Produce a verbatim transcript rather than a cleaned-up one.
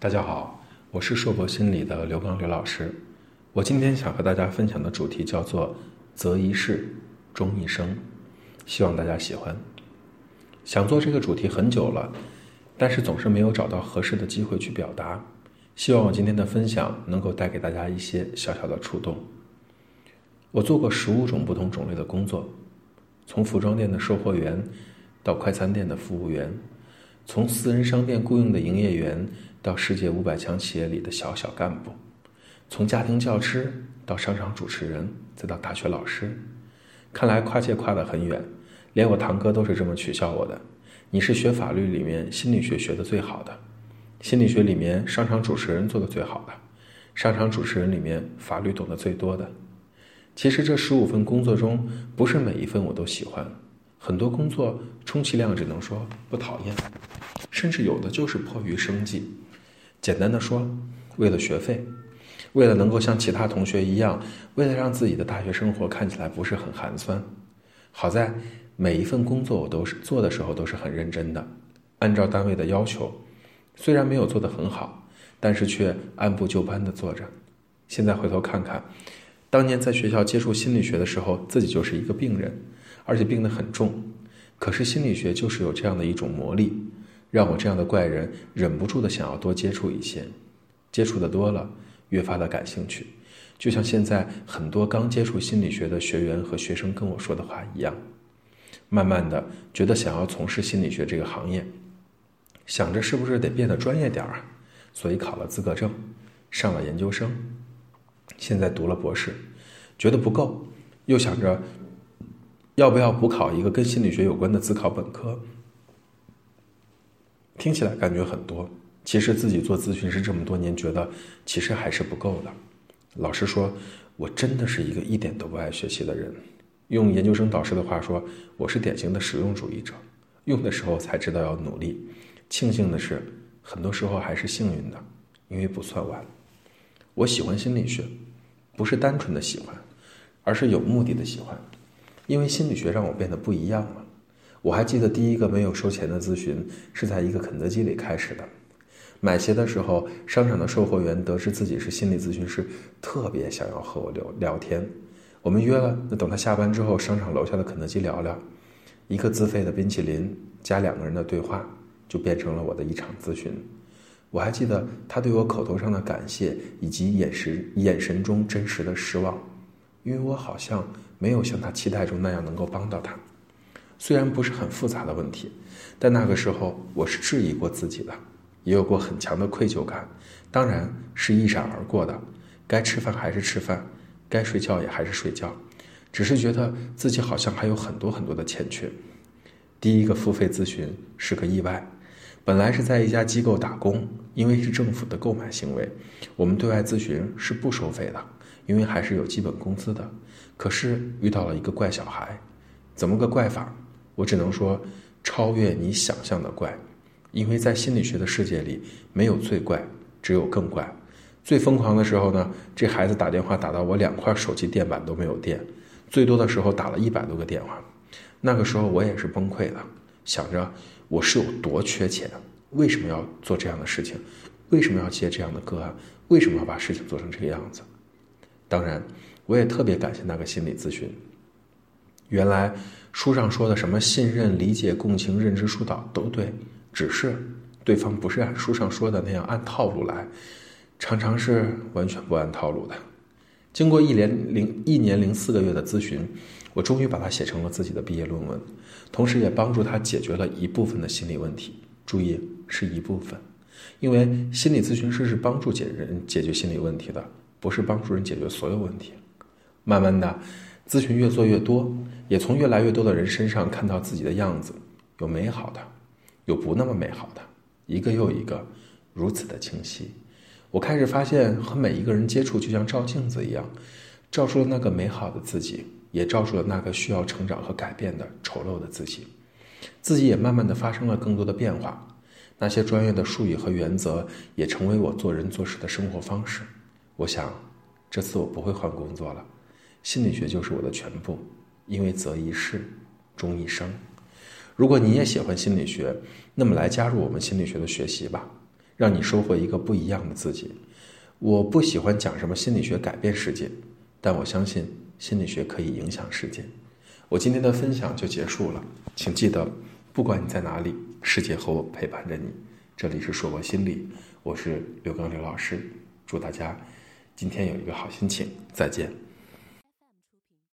大家好，我是硕博心理的刘刚刘老师。我今天想和大家分享的主题叫做择一事，终一生，希望大家喜欢。想做这个主题很久了，但是总是没有找到合适的机会去表达。希望我今天的分享能够带给大家一些小小的触动。我做过十五种不同种类的工作，从服装店的售货员到快餐店的服务员，从私人商店雇佣的营业员到世界五百强企业里的小小干部，从家庭教师到商场主持人，再到大学老师。看来跨界跨得很远，连我堂哥都是这么取笑我的：你是学法律里面心理学学得最好的，心理学里面商场主持人做得最好的，商场主持人里面法律懂得最多的。其实这十五份工作中，不是每一份我都喜欢，很多工作充其量只能说不讨厌，甚至有的就是迫于生计。简单的说，为了学费，为了能够像其他同学一样，为了让自己的大学生活看起来不是很寒酸。好在每一份工作我都是做的时候都是很认真的，按照单位的要求，虽然没有做得很好，但是却按部就班地做着。现在回头看看，当年在学校接触心理学的时候，自己就是一个病人，而且病得很重。可是心理学就是有这样的一种魔力，让我这样的怪人忍不住的想要多接触一些，接触的多了，越发的感兴趣。就像现在很多刚接触心理学的学员和学生跟我说的话一样，慢慢的觉得想要从事心理学这个行业，想着是不是得变得专业点啊，所以考了资格证，上了研究生，现在读了博士，觉得不够，又想着要不要补考一个跟心理学有关的自考本科。听起来感觉很多，其实自己做咨询师这么多年，觉得其实还是不够的。老实说，我真的是一个一点都不爱学习的人。用研究生导师的话说，我是典型的实用主义者，用的时候才知道要努力。庆幸的是，很多时候还是幸运的，因为不算晚。我喜欢心理学，不是单纯的喜欢，而是有目的的喜欢，因为心理学让我变得不一样了。我还记得第一个没有收钱的咨询是在一个肯德基里开始的。买鞋的时候，商场的售货员得知自己是心理咨询师，特别想要和我聊聊天。我们约了，那等他下班之后，商场楼下的肯德基聊聊。一个自费的冰淇淋加两个人的对话，就变成了我的一场咨询。我还记得他对我口头上的感谢，以及眼神眼神中真实的失望，因为我好像没有像他期待中那样能够帮到他。虽然不是很复杂的问题，但那个时候我是质疑过自己的，也有过很强的愧疚感，当然是一闪而过的。该吃饭还是吃饭，该睡觉也还是睡觉，只是觉得自己好像还有很多很多的欠缺。第一个付费咨询是个意外，本来是在一家机构打工，因为是政府的购买行为，我们对外咨询是不收费的，因为还是有基本工资的。可是遇到了一个怪小孩，怎么个怪法？我只能说超越你想象的怪，因为在心理学的世界里，没有最怪，只有更怪。最疯狂的时候呢，这孩子打电话打到我两块手机电板都没有电，最多的时候打了一百多个电话。那个时候我也是崩溃的，想着我是有多缺钱，为什么要做这样的事情，为什么要接这样的个案，为什么要把事情做成这个样子。当然我也特别感谢那个心理咨询。原来书上说的什么信任、理解、共情、认知疏导都对，只是对方不是按书上说的那样按套路来，常常是完全不按套路的。经过一年零一年零四个月的咨询，我终于把它写成了自己的毕业论文，同时也帮助他解决了一部分的心理问题。注意，是一部分，因为心理咨询师是帮助解人解决心理问题的，不是帮助人解决所有问题。慢慢的，咨询越做越多，也从越来越多的人身上看到自己的样子，有美好的，有不那么美好的，一个又一个，如此的清晰。我开始发现和每一个人接触就像照镜子一样，照出了那个美好的自己，也照出了那个需要成长和改变的丑陋的自己。自己也慢慢的发生了更多的变化，那些专业的术语和原则也成为我做人做事的生活方式。我想这次我不会换工作了，心理学就是我的全部，因为择一事，终一生。如果你也喜欢心理学，那么来加入我们心理学的学习吧。 让你收获一个不一样的自己。我不喜欢讲什么心理学改变世界，但我相信心理学可以影响世界。我今天的分享就结束了，请记得，不管你在哪里，世界和我陪伴着你。这里是硕博心理，我是刘刚刘老师，祝大家今天有一个好心情，再见。